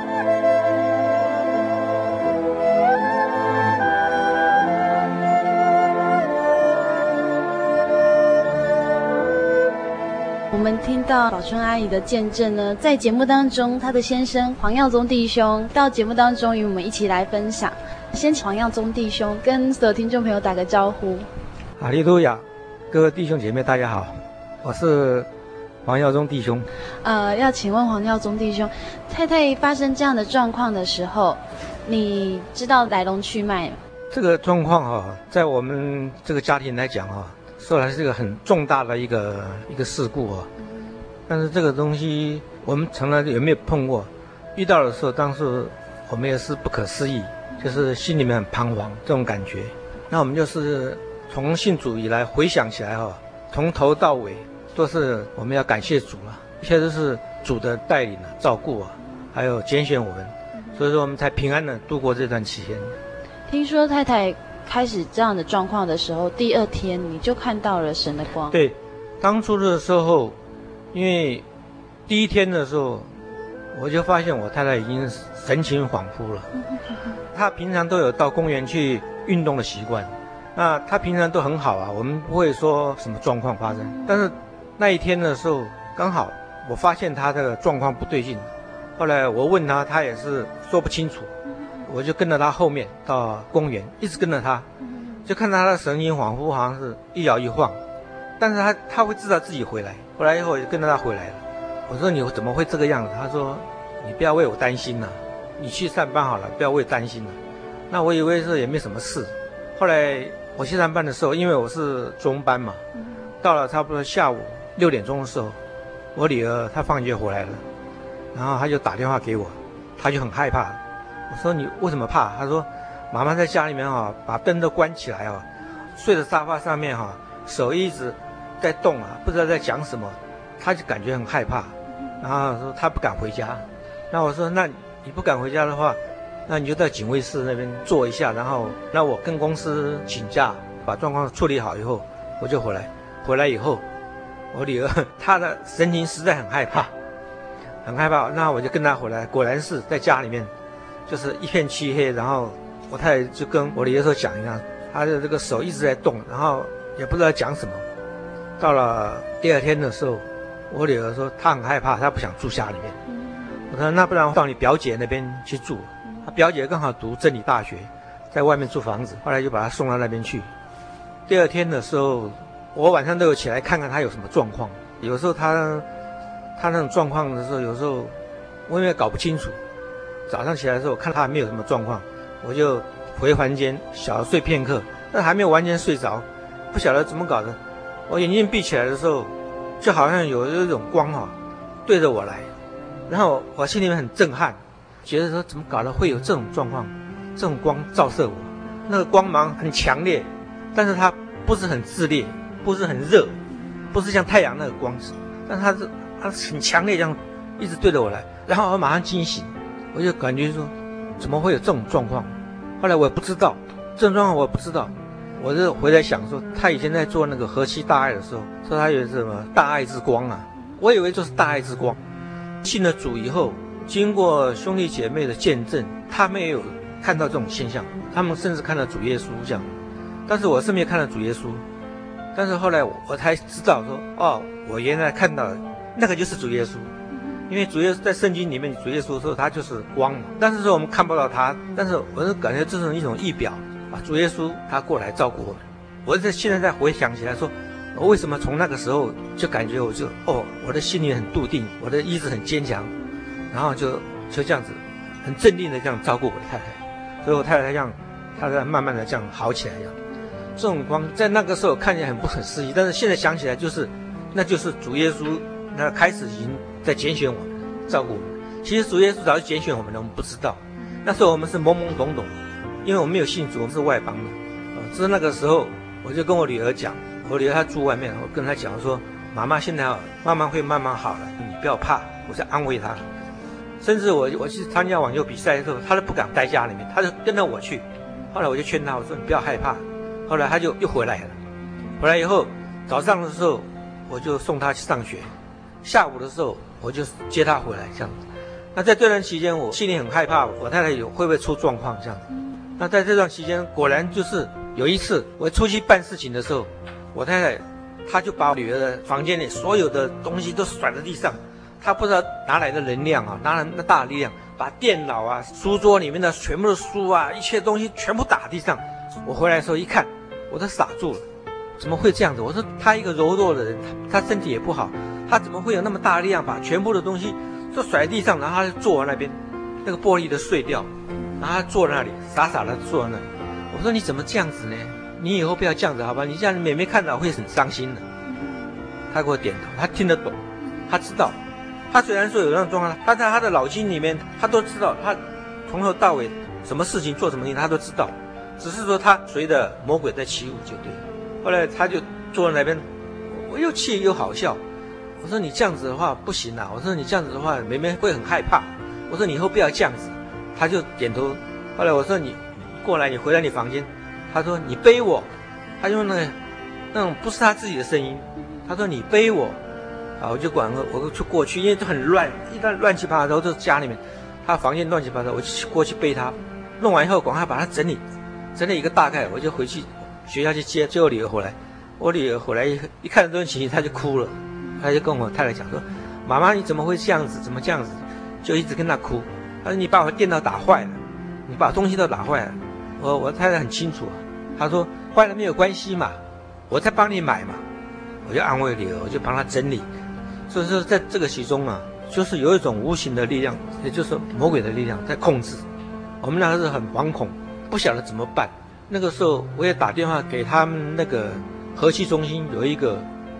我们听到宝春阿姨的见证呢，在节目当中，她的先生黄耀宗弟兄到节目当中与我们一起来分享。先请黄耀宗弟兄跟所有听众朋友打个招呼。 哈利路亚，各位弟兄姐妹大家好，我是黄耀宗弟兄。 要请问黄耀宗弟兄，太太发生这样的状况的时候，你知道来龙去脉吗？ 这个状况在我们这个家庭来讲说来是一个很重大的一个事故但是这个东西我们从来也没有碰过，遇到的时候当时我们也是不可思议，就是心里面很彷徨这种感觉。那我们就是从信主以来回想起来从头到尾都是我们要感谢主了，一切都是主的带领照顾还有拣选我们，所以说我们才平安的度过这段期间。 听说太太开始这样的状况的时候，第2天你就看到了神的光。 对，当初的时候，因为第1天的时候，我就发现我太太已经神情恍惚了。她平常都有到公园去运动的习惯，那她平常都很好我们不会说什么状况发生。但是那一天的时候，刚好我发现她的状况不对劲，后来我问她，她也是说不清楚。我就跟着他后面到公园，一直跟着他，就看到他的神情恍惚，好像是一摇一晃，但是他会知道自己回来。回来以后我就跟着他回来了。我说你怎么会这个样子？他说你不要为我担心了，你去上班好了，不要为担心了。那我以为是也没什么事。后来我去上班的时候，因为我是中班嘛，到了差不多下午 6点钟的时候，我女儿她放学回来了，然后她就打电话给我，她就很害怕。我说你为什么怕？她说妈妈在家里面把灯都关起来睡在沙发上面手一直在动不知道在讲什么，她就感觉很害怕，然后说她不敢回家。那我说那你不敢回家的话，那你就在警卫室那边坐一下，然后那我跟公司请假，把状况处理好以后我就回来。回来以后，我女儿她的神情实在很害怕，很害怕。那我就跟她回来，果然是在家里面就是一片漆黑，然后我太太就跟我女儿说讲一样，她的这个手一直在动，然后也不知道讲什么。到了第2天的时候，我女儿说她很害怕，她不想住家里面。我说那不然到你表姐那边去住。她表姐刚好读真理大学，在外面租房子，后来就把她送到那边去。第2天的时候，我晚上都有起来看看她有什么状况。有时候她那种状况的时候，有时候我也搞不清楚。早上起来的时候，看她没有什么状况，我就回房间小睡片刻，但还没有完全睡着，不晓得怎么搞的。我眼睛闭起来的时候，就好像有一种光对着我来，然后我心里面很震撼，觉得说怎么搞的会有这种状况，这种光照射我，那个光芒很强烈，但是它不是很炽烈，不是很热，不是像太阳那个光，但是它很强烈，这样一直对着我来，然后我马上惊醒，我就感觉说怎么会有这种状况？后来我也不知道这种状况，我也不知道。我就回来想说，他以前在做那个和气大爱的时候，说他有什么大爱之光我以为就是大爱之光。信了主以后，经过兄弟姐妹的见证，他们也有看到这种现象，他们甚至看到主耶稣这样。但是我是没有看到主耶稣，但是后来我才知道说，我原来看到的那个就是主耶稣。因为主耶稣在圣经里面，主耶稣说他就是光嘛，但是说我们看不到他，但是我就感觉这是一种预表。主耶稣他过来照顾我们。我现在回想起来说，我为什么从那个时候就感觉我的心里很笃定，我的意志很坚强，然后就这样子很镇定的这样照顾我的太太，所以我太太这样，她在慢慢的这样好起来一样。这种光在那个时候看起来很不可思议，但是现在想起来那就是主耶稣那开始已经在拣选我们，照顾我们。其实主耶稣早就拣选我们了，我们不知道，那时候我们是懵懵懂懂。因为我们没有信主，我们是外邦的，只是那个时候我就跟我女儿讲，我女儿她住外面，我跟她讲说，妈妈现在慢慢会慢慢好了，你不要怕，我在安慰她。甚至我去参加网球比赛的时候，她都不敢待家里面，她就跟着我去。后来我就劝她，我说你不要害怕。后来她就又回来了，回来以后早上的时候我就送她去上学，下午的时候我就接她回来这样子。那在这段期间，我心里很害怕，我太太会不会出状况这样子。那在这段期间，果然就是有一次我出去办事情的时候，我太太她就把女儿的房间里所有的东西都甩在地上，她不知道哪来的能量哪来那大力量，把电脑书桌里面的全部的书一切东西全部打地上。我回来的时候一看，我都傻住了，怎么会这样子？我说她一个柔弱的人，她身体也不好，她怎么会有那么大的力量把全部的东西都甩在地上，然后她就坐在那边，那个玻璃都碎掉。然后他坐在那里，傻傻的坐在那里。我说你怎么这样子呢？你以后不要这样子好吧？你这样妹妹看到会很伤心的。他给我点头，他听得懂，他知道。他虽然说有那种状况，他在他的脑筋里面，他都知道，他从头到尾什么事情做什么事情他都知道，只是说他随着魔鬼在起舞就对了。后来他就坐在那边，我又气又好笑。我说你这样子的话不行我说你这样子的话，妹妹会很害怕。我说你以后不要这样子。他就点头。后来我说你过来，你回来你房间。他说你背我。他用那种不是他自己的声音。他说你背我。我就我就过去，因为都很乱，一旦乱七八糟，都是家里面，他房间乱七八糟，我就过去背他。弄完以后，赶快把他整理一个大概，我就回去学校去接我女儿回来。我女儿回来一看这种情形，她就哭了。她就跟我太太讲说：“妈妈，你怎么会这样子？怎么这样子？”就一直跟她哭。他说你把我电脑打坏了，你把东西都打坏了。我太太很清楚他说坏了没有关系嘛，我再帮你买嘛。我就安慰女儿，我就帮她整理。所以说在这个其中就是有一种无形的力量，也就是魔鬼的力量在控制。我们那个是很惶恐，不晓得怎么办。那个时候我也打电话给他们那个和气中心有一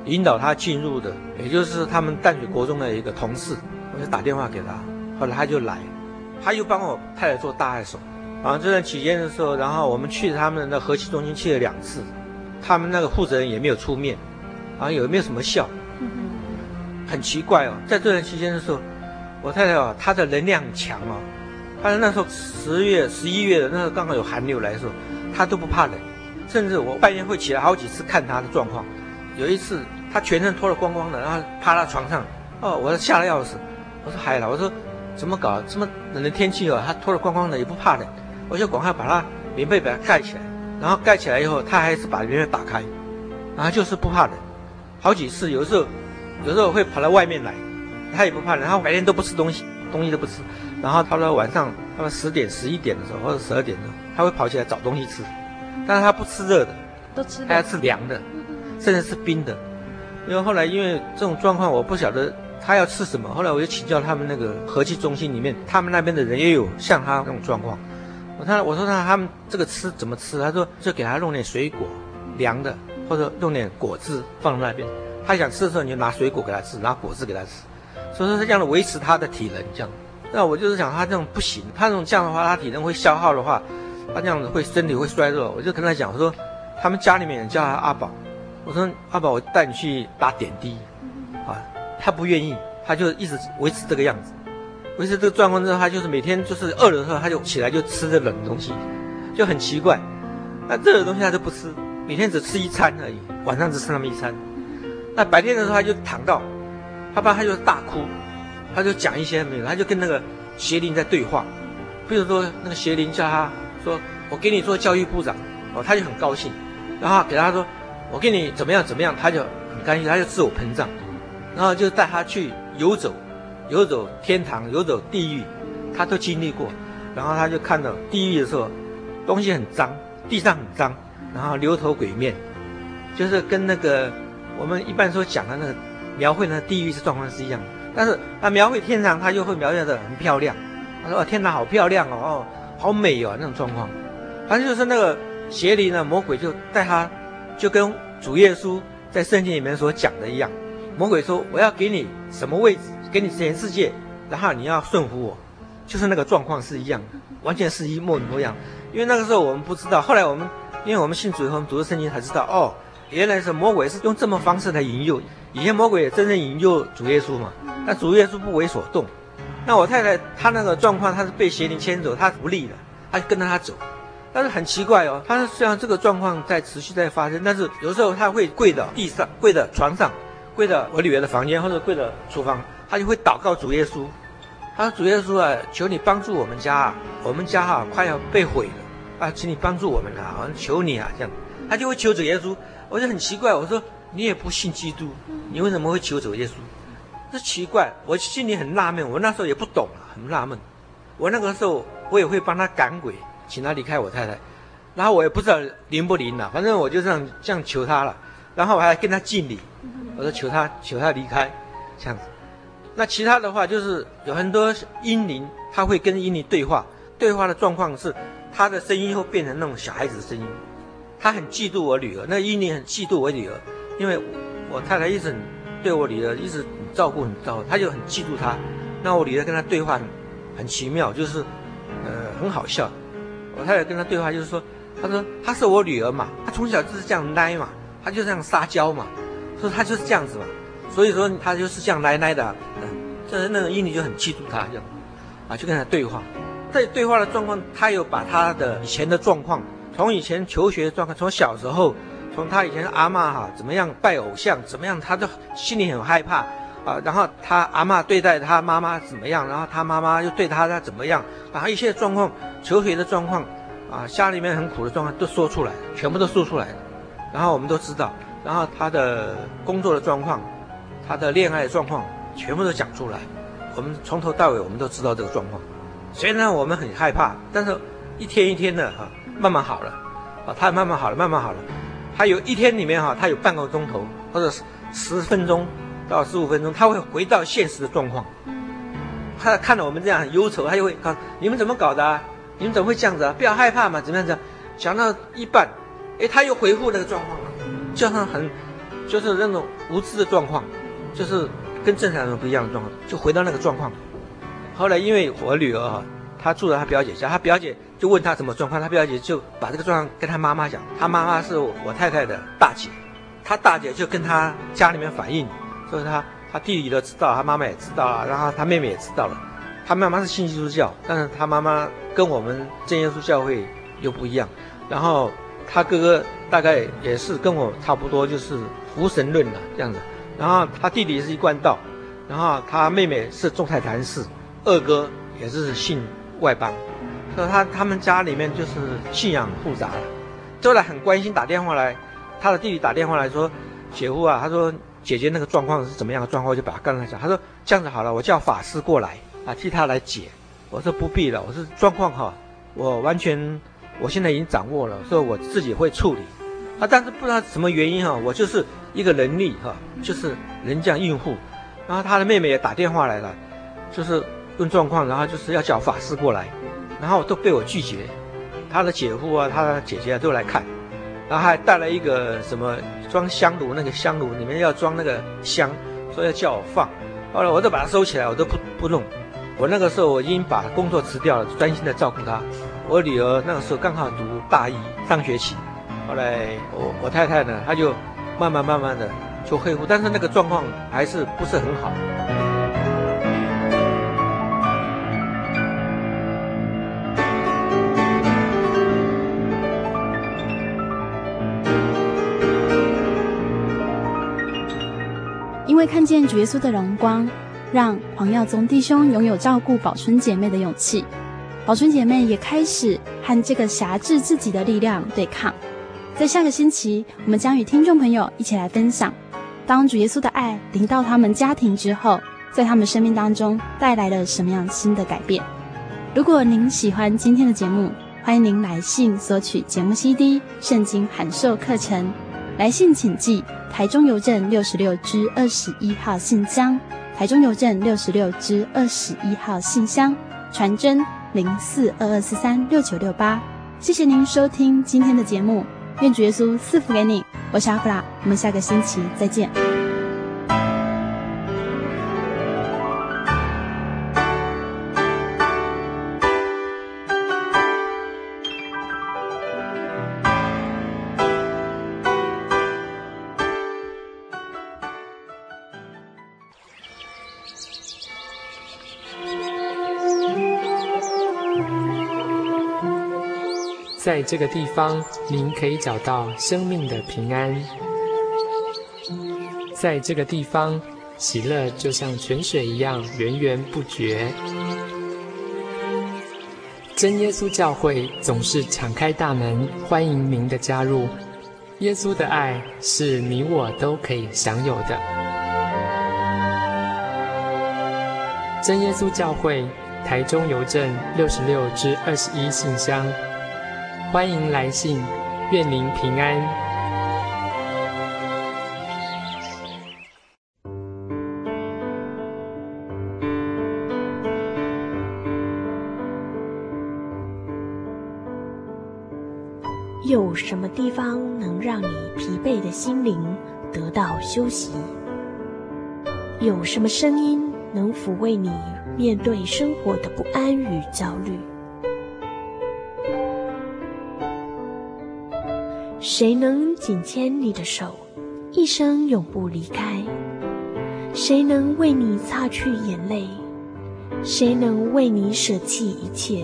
引导他进入的，也就是他们淡水国中的一个同事，我就打电话给他，后来他就来，他又帮我太太做大爱手。然后这段期间的时候，然后我们去他们的和气中心去了2次，他们那个负责人也没有出面，然后也没有什么效，很奇怪哦。在这段期间的时候，我太太哦，她的能量很强哦，她那时候10月、11月的那时候刚好有寒流来的时候，她都不怕冷，甚至我半夜会起来好几次看她的状况。有一次她全身脱得光光的，然后趴在床上，哦，我吓得要死，我说嗨了，我说怎么搞？这么冷的天气哦，她脱得光光的也不怕冷。我就赶快把它棉被把它盖起来，然后盖起来以后，他还是把棉被打开，然后就是不怕冷，好几次，有时候会跑到外面来，他也不怕冷，他白天都不吃东西都不吃，然后到了晚上，他们10点、11点的时候或者12点的时候，他会跑起来找东西吃，但是他不吃热的， 都吃， 他要吃凉的，甚至是冰的。因为后来因为这种状况，我不晓得他要吃什么，后来我就请教他们那个和气中心里面，他们那边的人也有像他那种状况。我说他们这个吃怎么吃？他说就给他弄点水果凉的，或者弄点果汁放在那边。他想吃的时候，你就拿水果给他吃，拿果汁给他吃。所以说这样的维持他的体能这样。那我就是想他这种不行，他这样的话，他体能会消耗的话，他这样子会身体会衰弱。我就跟他讲，我说他们家里面人叫他阿宝，我说阿宝，我带你去打点滴啊，他不愿意，他就一直维持这个样子。维持这个状况之后，他就是每天就是饿的时候，他就起来就吃这冷的东西，就很奇怪。那热的东西他就不吃，每天只吃1餐而已，晚上只吃那么1餐。那白天的时候他就躺到，他爸他就大哭，他就讲一些没有，他就跟那个邪灵在对话。比如说那个邪灵叫他说：“我给你做教育部长。”哦，他就很高兴，然后给他说：“我给你怎么样怎么样。”他就很高兴，他就自我膨胀，然后就带他去游走天堂，游走地狱，他都经历过。然后他就看到地狱的时候，东西很脏，地上很脏，然后牛头鬼面，就是跟那个我们一般所讲的那个描绘的地狱是状况是一样的。但是他描绘天堂，他就会描绘得很漂亮。他说：“哦，天堂好漂亮哦，好美哦，那种状况。”反正就是那个邪灵呢，魔鬼就带他，就跟主耶稣在圣经里面所讲的一样。魔鬼说：“我要给你什么位置？给你全世界，然后你要顺服我。”就是那个状况是一样的，完全是一模一样。因为那个时候我们不知道，后来因为我们信主以后，我们读了圣经才知道，哦，原来是魔鬼是用这么方式来引诱。以前魔鬼也真正引诱主耶稣嘛，但主耶稣不为所动。那我太太她那个状况，她是被邪灵牵走，她无力了，她就跟着他走。但是很奇怪哦，她虽然这个状况在持续在发生，但是有时候她会跪到地上，跪到床上，跪到我女儿的房间，或者跪到厨房，她就会祷告主耶稣。她说：“主耶稣啊，求你帮助我们家啊，我们家哈快要被毁了啊，请你帮助我们啊，求你啊，这样。”她就会求主耶稣。我就很奇怪，我说你也不信基督，你为什么会求主耶稣？这奇怪，我心里很纳闷，我那时候也不懂啊，很纳闷。我那个时候我也会帮他赶鬼，请他离开我太太，然后我也不知道灵不灵啊，反正我就这样求他了，然后我还跟他敬礼，我说求他离开，这样子。那其他的话就是有很多阴灵，他会跟阴灵对话，对话的状况是他的声音会变成那种小孩子的声音，他很嫉妒我女儿，那阴灵很嫉妒我女儿，因为我太太一直对我女儿一直很照顾，他就很嫉妒她。那我女儿跟他对话很奇妙，就是很好笑。我太太跟他对话就是说，他说她是我女儿嘛，她从小就是这样奶嘛，她就这样撒娇嘛，说她就是这样子嘛，所以说她就是这样奶的。就是那个阴灵就很嫉妒她这样，啊，就跟他对话。在对话的状况，他有把他的以前的状况，从以前求学的状况，从小时候，从他以前阿嬷怎么样拜偶像，怎么样，他就心里很害怕啊。然后他阿嬷对待他妈妈怎么样，然后他妈妈又对他怎么样，把他一切状况，求学的状况啊，家里面很苦的状况都说出来，全部都说出来了。然后我们都知道，然后他的工作的状况，他的恋爱的状况，全部都讲出来。我们从头到尾我们都知道这个状况。虽然我们很害怕，但是一天一天的慢慢好了啊，他慢慢好了。他有一天里面他有半个钟头或者10分钟到15分钟，他会回到现实的状况。他看到我们这样很忧愁，他就会告诉你们怎么搞的啊？你们怎么会这样子啊？不要害怕嘛，怎么样子？讲到一半，他又回复那个状况了，就像很就是那种无知的状况，就是跟正常人不一样的状况，就回到那个状况。后来因为我女儿她住在她表姐家，她表姐就问她什么状况，她表姐就把这个状况跟她妈妈讲，她妈妈是我太太的大姐，她大姐就跟她家里面反映，所以她弟弟都知道，她妈妈也知道啊，然后她妹妹也知道了。她妈妈是信基督教，但是她妈妈跟我们真耶稣教会又不一样。然后她哥哥大概也是跟我差不多，就是无神论的这样子。然后她弟弟是一贯道，然后她妹妹是众泰坛士，二哥也是信外邦，所以他们家里面就是信仰复杂了。后来很关心，打电话来，他的弟弟打电话来说，姐夫啊，他说姐姐那个状况是怎么样的状况，我就把他跟他讲，他说这样子好了，我叫法师过来啊，替他来解。我说不必了，我说状况我完全我现在已经掌握了，所以我自己会处理啊。但是不知道什么原因我就是一个能力就是人这样应付。然后他的妹妹也打电话来了，就是问状况，然后就是要叫法师过来，然后都被我拒绝。他的姐夫啊，他的姐姐都来看，然后还带了一个什么装香炉，那个香炉里面要装那个香，说要叫我放。后来我都把它收起来，我都不弄。我那个时候我已经把工作辞掉了，专心的照顾他。我女儿那个时候刚好读大一上学期，后来我太太呢，她就慢慢的就恢复，但是那个状况还是不是很好。 因为看见主耶稣的荣光，让黄耀宗弟兄拥有照顾宝春姐妹的勇气。宝春姐妹也开始和这个辖制自己的力量对抗。在下个星期，我们将与听众朋友一起来分享，当主耶稣的爱临到他们家庭之后，在他们生命当中带来了什么样新的改变。如果您喜欢今天的节目，欢迎您来信索取节目 CD、圣经函授课程。来信请寄台中邮政66支21号信箱，台中邮政66支21号信箱，传真0422436968。谢谢您收听今天的节目，愿主耶稣赐福给你。我是阿弗拉，我们下个星期再见。 在这个地方，您可以找到生命的平安。在这个地方，喜乐就像泉水一样源源不绝。真耶稣教会总是敞开大门，欢迎您的加入。耶稣的爱是你我都可以享有的。真耶稣教会，台中邮政66支21信箱。欢迎来信，愿您平安。 有什么地方能让你疲惫的心灵得到休息？有什么声音能抚慰你面对生活的不安与焦虑？谁能紧牵你的手，一生永不离开？谁能为你擦去眼泪？谁能为你舍弃一切？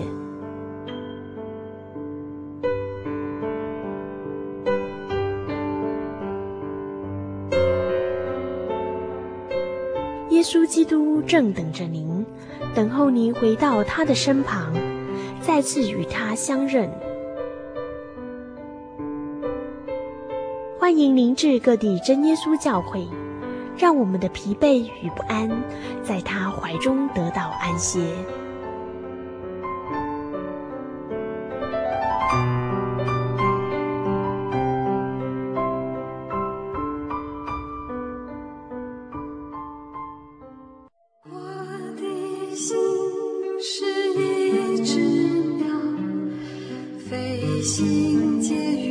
耶稣基督正等着您，等候您回到他的身旁，再次与他相认。欢迎您至各地真耶稣教会，让我们的疲惫与不安在他怀中得到安歇。 我的心是一只鸟，飞行介于